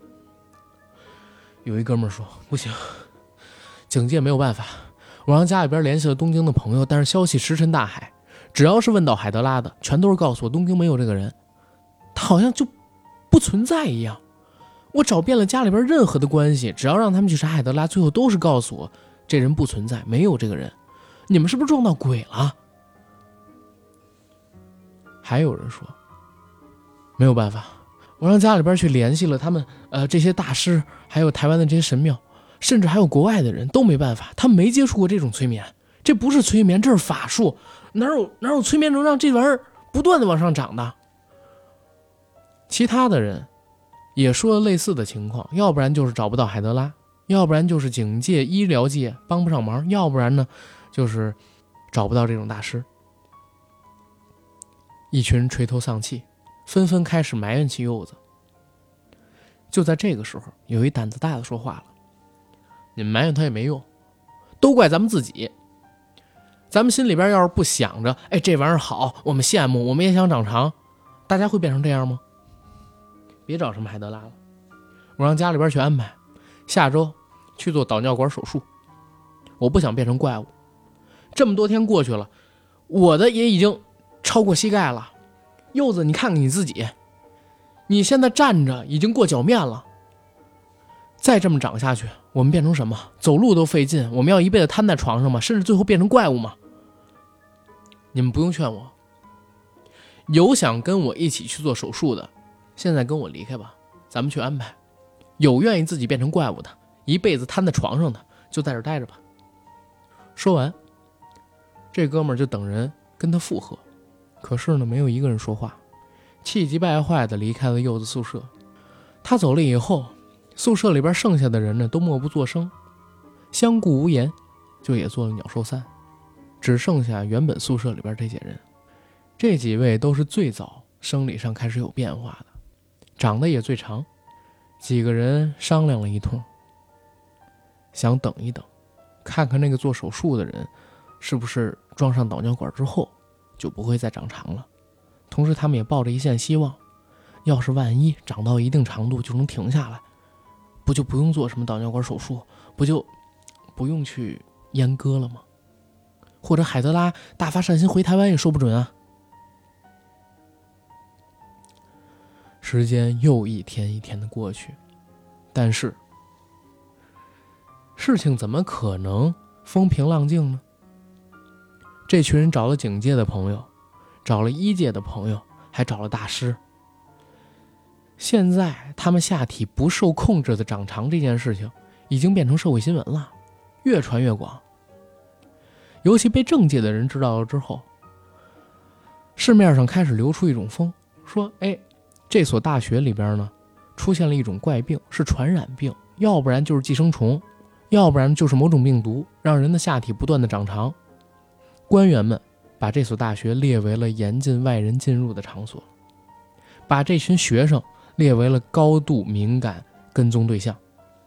有一哥们儿说，不行，警戒没有办法，我让家里边联系了东京的朋友，但是消息石沉大海，只要是问到海德拉的，全都是告诉我东京没有这个人，他好像就不存在一样。我找遍了家里边任何的关系，只要让他们去查海德拉，最后都是告诉我这人不存在，没有这个人。你们是不是撞到鬼了？还有人说，没有办法，我让家里边去联系了他们，呃，这些大师，还有台湾的这些神庙，甚至还有国外的人，都没办法，他们没接触过这种催眠，这不是催眠，这是法术，哪有哪有催眠能让这玩意儿不断的往上涨的？其他的人也说了类似的情况，要不然就是找不到海德拉，要不然就是警界医疗界帮不上忙，要不然呢就是找不到这种大师。一群人垂头丧气，纷纷开始埋怨起柚子。就在这个时候，有一胆子大的说话了，你们埋怨他也没用，都怪咱们自己。咱们心里边要是不想着，哎，这玩意儿好，我们羡慕，我们也想长长，大家会变成这样吗？别找什么海德拉了，我让家里边去安排，下周去做导尿管手术，我不想变成怪物。这么多天过去了，我的也已经超过膝盖了。柚子，你看看你自己，你现在站着已经过脚面了，再这么长下去，我们变成什么？走路都费劲，我们要一辈子瘫在床上吗？甚至最后变成怪物吗？你们不用劝我，有想跟我一起去做手术的，现在跟我离开吧，咱们去安排。有愿意自己变成怪物的，一辈子瘫在床上的，就在这待着吧。说完，这哥们儿就等人跟他附和，可是呢，没有一个人说话，气急败坏的离开了柚子宿舍。他走了以后，宿舍里边剩下的人呢，都默不作声，相顾无言，就也做了鸟兽散，只剩下原本宿舍里边这些人。这几位都是最早生理上开始有变化的，长得也最长。几个人商量了一通，想等一等，看看那个做手术的人是不是装上导尿管之后就不会再长长了。同时他们也抱着一线希望，要是万一长到一定长度就能停下来，不就不用做什么导尿管手术，不就不用去阉割了吗？或者海德拉大发善心回台湾也说不准啊。时间又一天一天的过去，但是事情怎么可能风平浪静呢？这群人找了警界的朋友，找了医界的朋友，还找了大师。现在他们下体不受控制的长长这件事情已经变成社会新闻了，越传越广。尤其被政界的人知道了之后，市面上开始流出一种风，说哎，这所大学里边呢出现了一种怪病，是传染病，要不然就是寄生虫，要不然就是某种病毒，让人的下体不断的长长。官员们把这所大学列为了严禁外人进入的场所，把这群学生列为了高度敏感跟踪对象。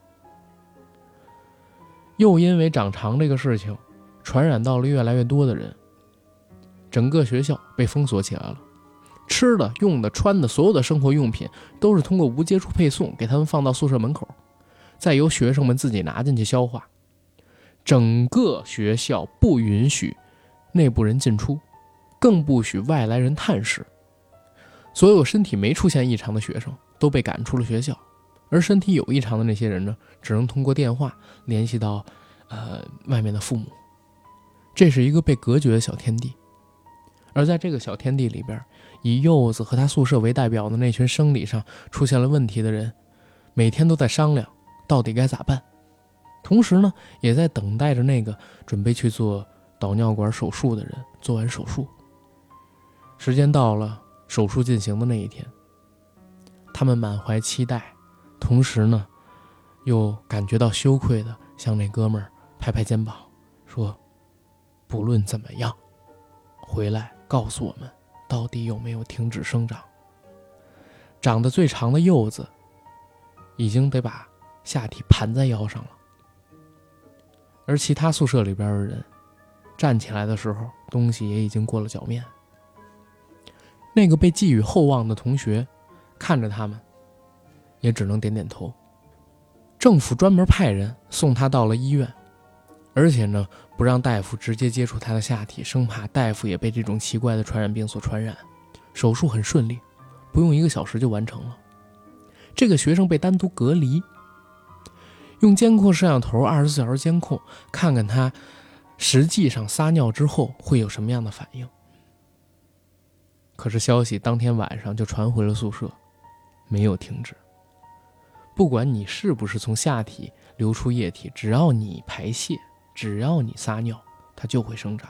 又因为长长这个事情传染到了越来越多的人，整个学校被封锁起来了。吃的、用的、穿的，所有的生活用品都是通过无接触配送给他们放到宿舍门口，再由学生们自己拿进去消化。整个学校不允许内部人进出，更不许外来人探视。所有身体没出现异常的学生都被赶出了学校，而身体有异常的那些人呢，只能通过电话联系到呃外面的父母。这是一个被隔绝的小天地。而在这个小天地里边，以柚子和他宿舍为代表的那群生理上出现了问题的人，每天都在商量到底该咋办，同时呢，也在等待着那个准备去做导尿管手术的人做完手术。时间到了，手术进行的那一天，他们满怀期待，同时呢，又感觉到羞愧的向那哥们儿拍拍肩膀，说：“不论怎么样，回来告诉我们到底有没有停止生长。”长得最长的柚子已经得把下体盘在腰上了，而其他宿舍里边的人站起来的时候，东西也已经过了脚面。那个被寄予厚望的同学看着他们，也只能点点头。政府专门派人送他到了医院，而且呢，不让大夫直接接触他的下体，生怕大夫也被这种奇怪的传染病所传染。手术很顺利，不用一个小时就完成了。这个学生被单独隔离，用监控摄像头二十四小时监控，看看他实际上撒尿之后会有什么样的反应。可是消息当天晚上就传回了宿舍，没有停止。不管你是不是从下体流出液体，只要你排泄，只要你撒尿，它就会生长。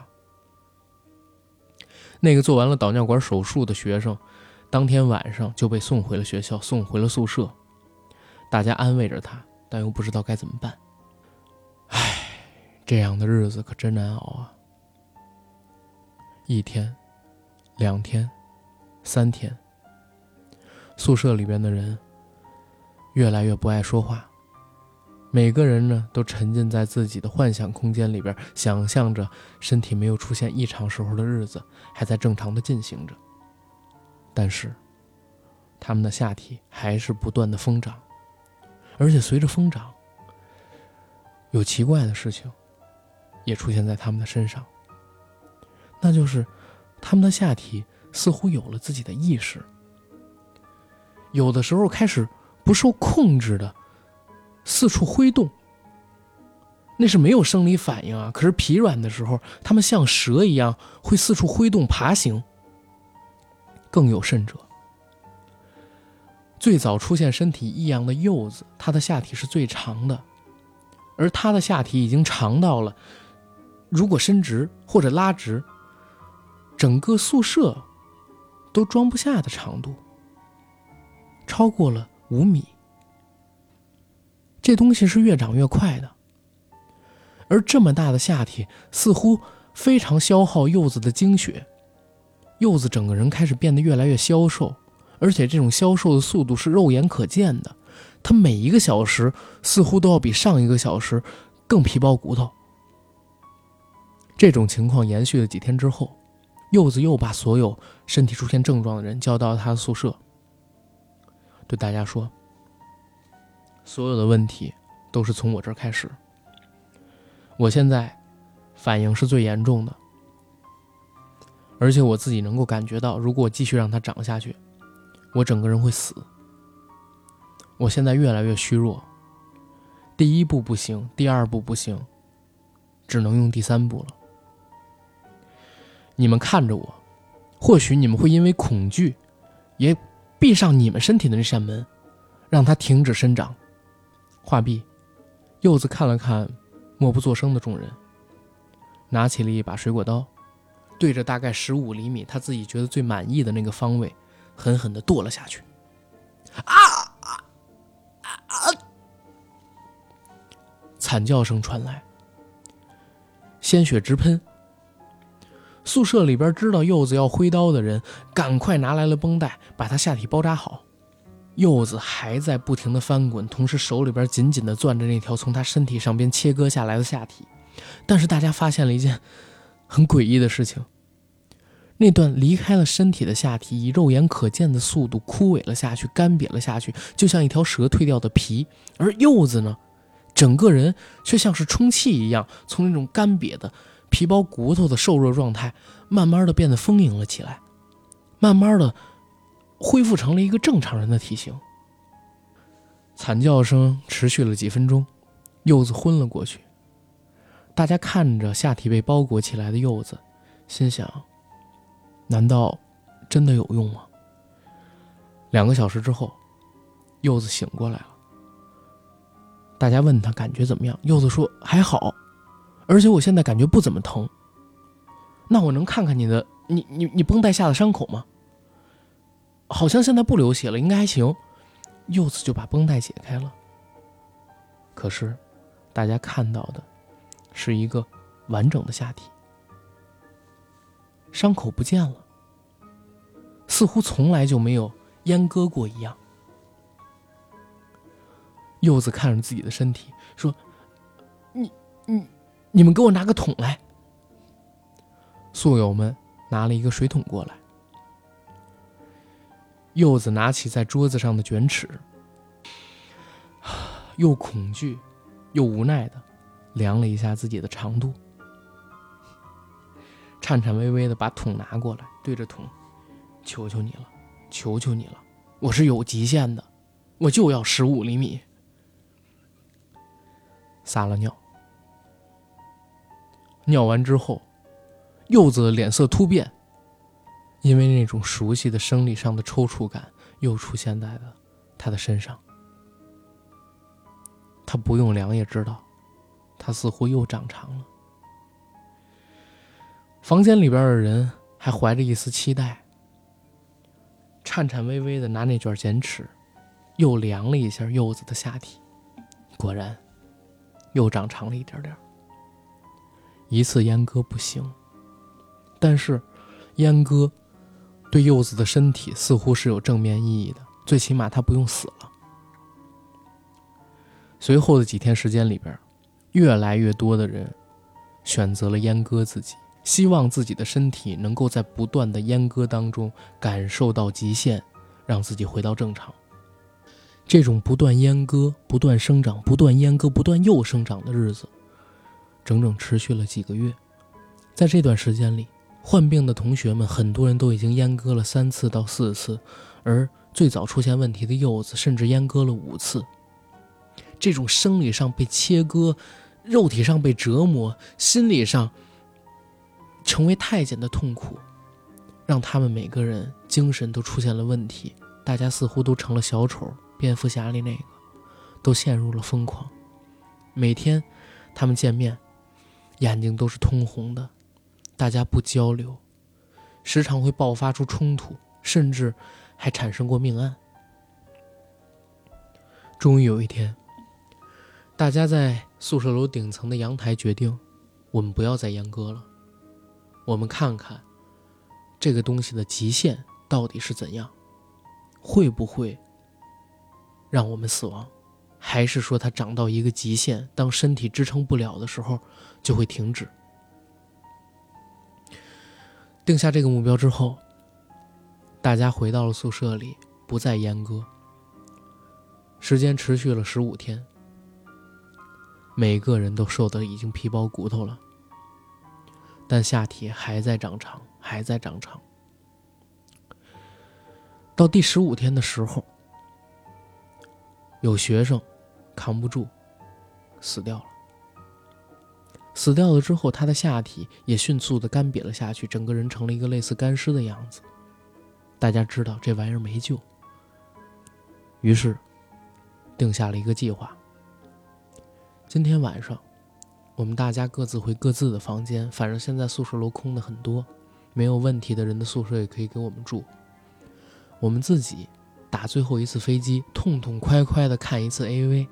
那个做完了导尿管手术的学生，当天晚上就被送回了学校，送回了宿舍。大家安慰着他，但又不知道该怎么办。唉，这样的日子可真难熬啊！一天，两天，三天，宿舍里边的人越来越不爱说话，每个人呢都沉浸在自己的幻想空间里边，想象着身体没有出现异常时候的日子还在正常的进行着。但是他们的下体还是不断的疯长，而且随着疯长， 有奇怪的事情也出现在他们的身上，那就是他们的下体似乎有了自己的意识，有的时候开始不受控制的四处挥动。那是没有生理反应啊，可是疲软的时候，他们像蛇一样会四处挥动爬行。更有甚者，最早出现身体异样的柚子，它的下体是最长的，而它的下体已经长到了，如果伸直或者拉直，整个宿舍都装不下的长度，超过了五米。这东西是越长越快的，而这么大的下体似乎非常消耗柚子的精血，柚子整个人开始变得越来越消瘦，而且这种消瘦的速度是肉眼可见的，它每一个小时似乎都要比上一个小时更皮包骨头。这种情况延续了几天之后，柚子又把所有身体出现症状的人叫到他的宿舍，对大家说，所有的问题都是从我这儿开始，我现在反应是最严重的，而且我自己能够感觉到，如果我继续让它长下去，我整个人会死。我现在越来越虚弱，第一步不行，第二步不行，只能用第三步了。你们看着我，或许你们会因为恐惧也闭上你们身体的那扇门，让它停止生长。话毕，柚子看了看默不作声的众人，拿起了一把水果刀，对着大概十五厘米他自己觉得最满意的那个方位狠狠地剁了下去。啊啊啊！惨叫声传来，鲜血直喷。宿舍里边知道柚子要挥刀的人赶快拿来了绷带，把他下体包扎好。柚子还在不停地翻滚，同时手里边紧紧地攥着那条从他身体上边切割下来的下体。但是大家发现了一件很诡异的事情，那段离开了身体的下体以肉眼可见的速度枯萎了下去，干瘪了下去，就像一条蛇蜕掉的皮。而柚子呢，整个人却像是充气一样，从那种干瘪的皮包骨头的瘦弱状态慢慢的变得丰盈了起来，慢慢的恢复成了一个正常人的体型。惨叫声持续了几分钟，柚子昏了过去。大家看着下体被包裹起来的柚子，心想，难道真的有用吗？两个小时之后，柚子醒过来了。大家问他感觉怎么样，柚子说还好，而且我现在感觉不怎么疼。那我能看看你的你你你绷带下的伤口吗？好像现在不流血了，应该还行。柚子就把绷带解开了。可是大家看到的是一个完整的下体，伤口不见了，似乎从来就没有阉割过一样。柚子看着自己的身体说，你你你们给我拿个桶来。宿友们拿了一个水桶过来。柚子拿起在桌子上的卷尺，又恐惧又无奈的量了一下自己的长度，颤颤巍巍的把桶拿过来，对着桶，求求你了，求求你了，我是有极限的，我就要十五厘米。撒了尿，尿完之后，柚子的脸色突变，因为那种熟悉的生理上的抽搐感又出现在了他的身上。他不用量也知道，他似乎又长长了。房间里边的人还怀着一丝期待，颤颤巍巍的拿那卷剪尺又量了一下柚子的下体，果然又长长了一点点。一次阉割不行，但是阉割对柚子的身体似乎是有正面意义的，最起码他不用死了。随后的几天时间里边，越来越多的人选择了阉割自己，希望自己的身体能够在不断的阉割当中感受到极限，让自己回到正常。 这种不断阉割、不断生长、不断阉割、不断又生长的日子，整整持续了几个月。在这段时间里，患病的同学们很多人都已经阉割了三次到四次，而最早出现问题的柚子甚至阉割了五次。这种生理上被切割，肉体上被折磨，心理上成为太监的痛苦，让他们每个人精神都出现了问题。大家似乎都成了小丑，蝙蝠侠里那个，都陷入了疯狂。每天他们见面，眼睛都是通红的，大家不交流，时常会爆发出冲突，甚至还产生过命案。终于有一天，大家在宿舍楼顶层的阳台决定，我们不要再阉割了，我们看看这个东西的极限到底是怎样，会不会让我们死亡，还是说它长到一个极限，当身体支撑不了的时候就会停止。定下这个目标之后，大家回到了宿舍里，不再阉割。时间持续了十五天，每个人都瘦得已经皮包骨头了，但下体还在长长，还在长长。到第十五天的时候，有学生扛不住，死掉了。死掉了之后，他的下体也迅速地干瘪了下去，整个人成了一个类似干尸的样子。大家知道这玩意儿没救，于是定下了一个计划。今天晚上我们大家各自回各自的房间，反正现在宿舍楼空的很多，没有问题的人的宿舍也可以给我们住。我们自己打最后一次飞机，痛痛快快的看一次 A V，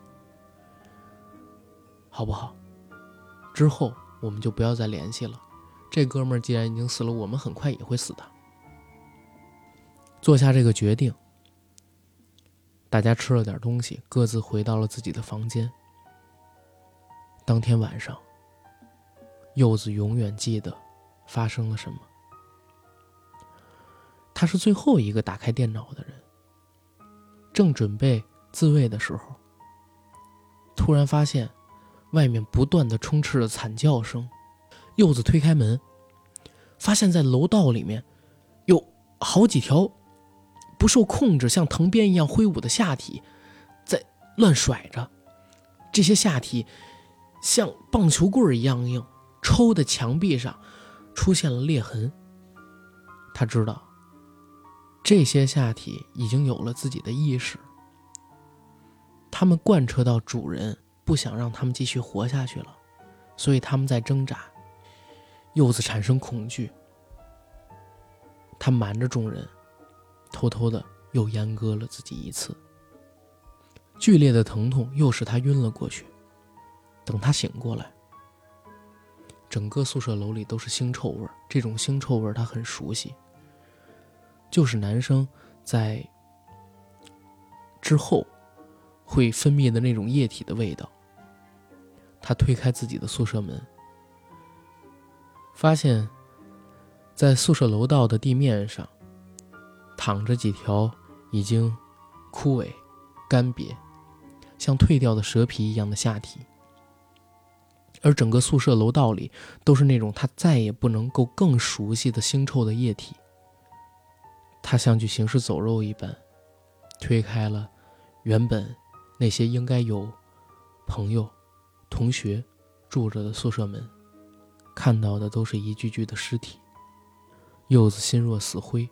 好不好？之后我们就不要再联系了。这哥们儿既然已经死了，我们很快也会死的。做下这个决定，大家吃了点东西，各自回到了自己的房间。当天晚上，柚子永远记得发生了什么。他是最后一个打开电脑的人，正准备自卫的时候，突然发现外面不断地充斥着惨叫声。柚子推开门，发现在楼道里面有好几条不受控制像藤鞭一样挥舞的下体在乱甩着，这些下体像棒球棍一样硬，抽的墙壁上出现了裂痕。他知道这些下体已经有了自己的意识，他们贯彻到主人不想让他们继续活下去了，所以他们在挣扎。柚子产生恐惧，他瞒着众人，偷偷的又阉割了自己一次。剧烈的疼痛又使他晕了过去。等他醒过来，整个宿舍楼里都是腥臭味，这种腥臭味他很熟悉，就是男生在之后会分泌的那种液体的味道。他推开自己的宿舍门，发现在宿舍楼道的地面上躺着几条已经枯萎干瘪像蜕掉的蛇皮一样的下体，而整个宿舍楼道里都是那种他再也不能够更熟悉的腥臭的液体。他像具行尸走肉一般推开了原本那些应该有朋友同学住着的宿舍门，看到的都是一具具的尸体。柚子心若死灰，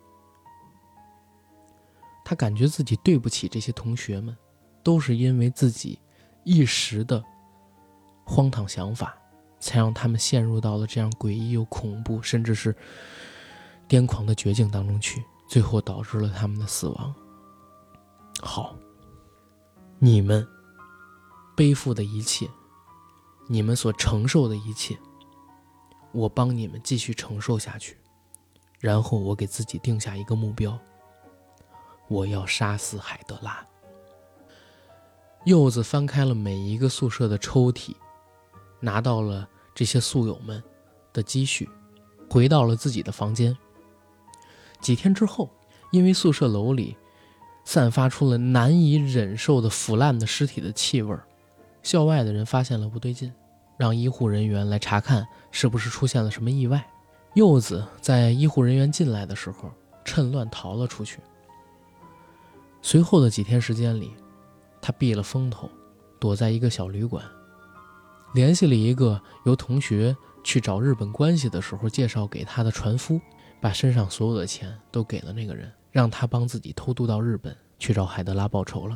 他感觉自己对不起这些同学们，都是因为自己一时的荒唐想法，才让他们陷入到了这样诡异又恐怖甚至是癫狂的绝境当中去，最后导致了他们的死亡。好，你们背负的一切，你们所承受的一切，我帮你们继续承受下去。然后我给自己定下一个目标，我要杀死海德拉。柚子翻开了每一个宿舍的抽屉，拿到了这些宿友们的积蓄，回到了自己的房间。几天之后，因为宿舍楼里散发出了难以忍受的腐烂的尸体的气味。校外的人发现了不对劲，让医护人员来查看是不是出现了什么意外。柚子在医护人员进来的时候趁乱逃了出去。随后的几天时间里，他避了风头，躲在一个小旅馆，联系了一个由同学去找日本关系的时候介绍给他的船夫，把身上所有的钱都给了那个人，让他帮自己偷渡到日本去找海德拉报仇了。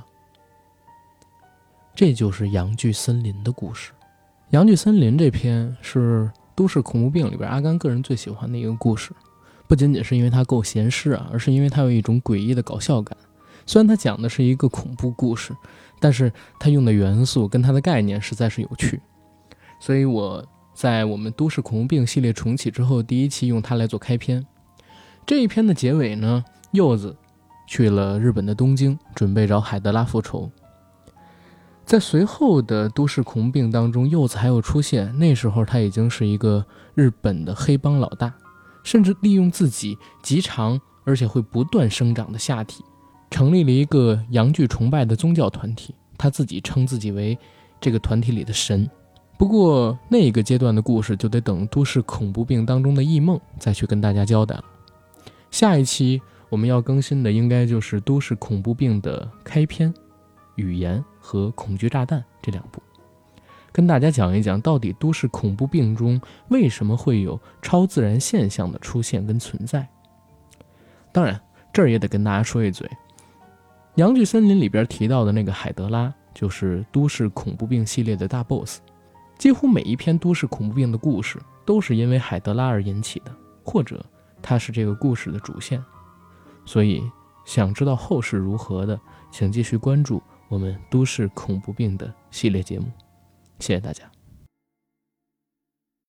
这就是阳具森林的故事。阳具森林这篇是都市恐怖病里边阿甘个人最喜欢的一个故事，不仅仅是因为它够闲适啊，而是因为它有一种诡异的搞笑感。虽然它讲的是一个恐怖故事，但是它用的元素跟它的概念实在是有趣，所以我在我们都市恐怖病系列重启之后，第一期用它来做开篇。这一篇的结尾呢，柚子去了日本的东京，准备找海德拉复仇。在随后的都市恐怖病当中，柚子还有出现，那时候他已经是一个日本的黑帮老大，甚至利用自己极长而且会不断生长的下体，成立了一个阳具崇拜的宗教团体，他自己称自己为这个团体里的神。不过那个阶段的故事就得等都市恐怖病当中的异梦再去跟大家交代了。下一期我们要更新的应该就是都市恐怖病的开篇、语言和恐惧炸弹这两部，跟大家讲一讲到底都市恐怖病中为什么会有超自然现象的出现跟存在。当然这儿也得跟大家说一嘴，阳具森林里边提到的那个海德拉就是都市恐怖病系列的大 boss， 几乎每一篇都市恐怖病的故事都是因为海德拉而引起的，或者他是这个故事的主线。所以想知道后事如何的，请继续关注我们都市恐怖病的系列节目。谢谢大家。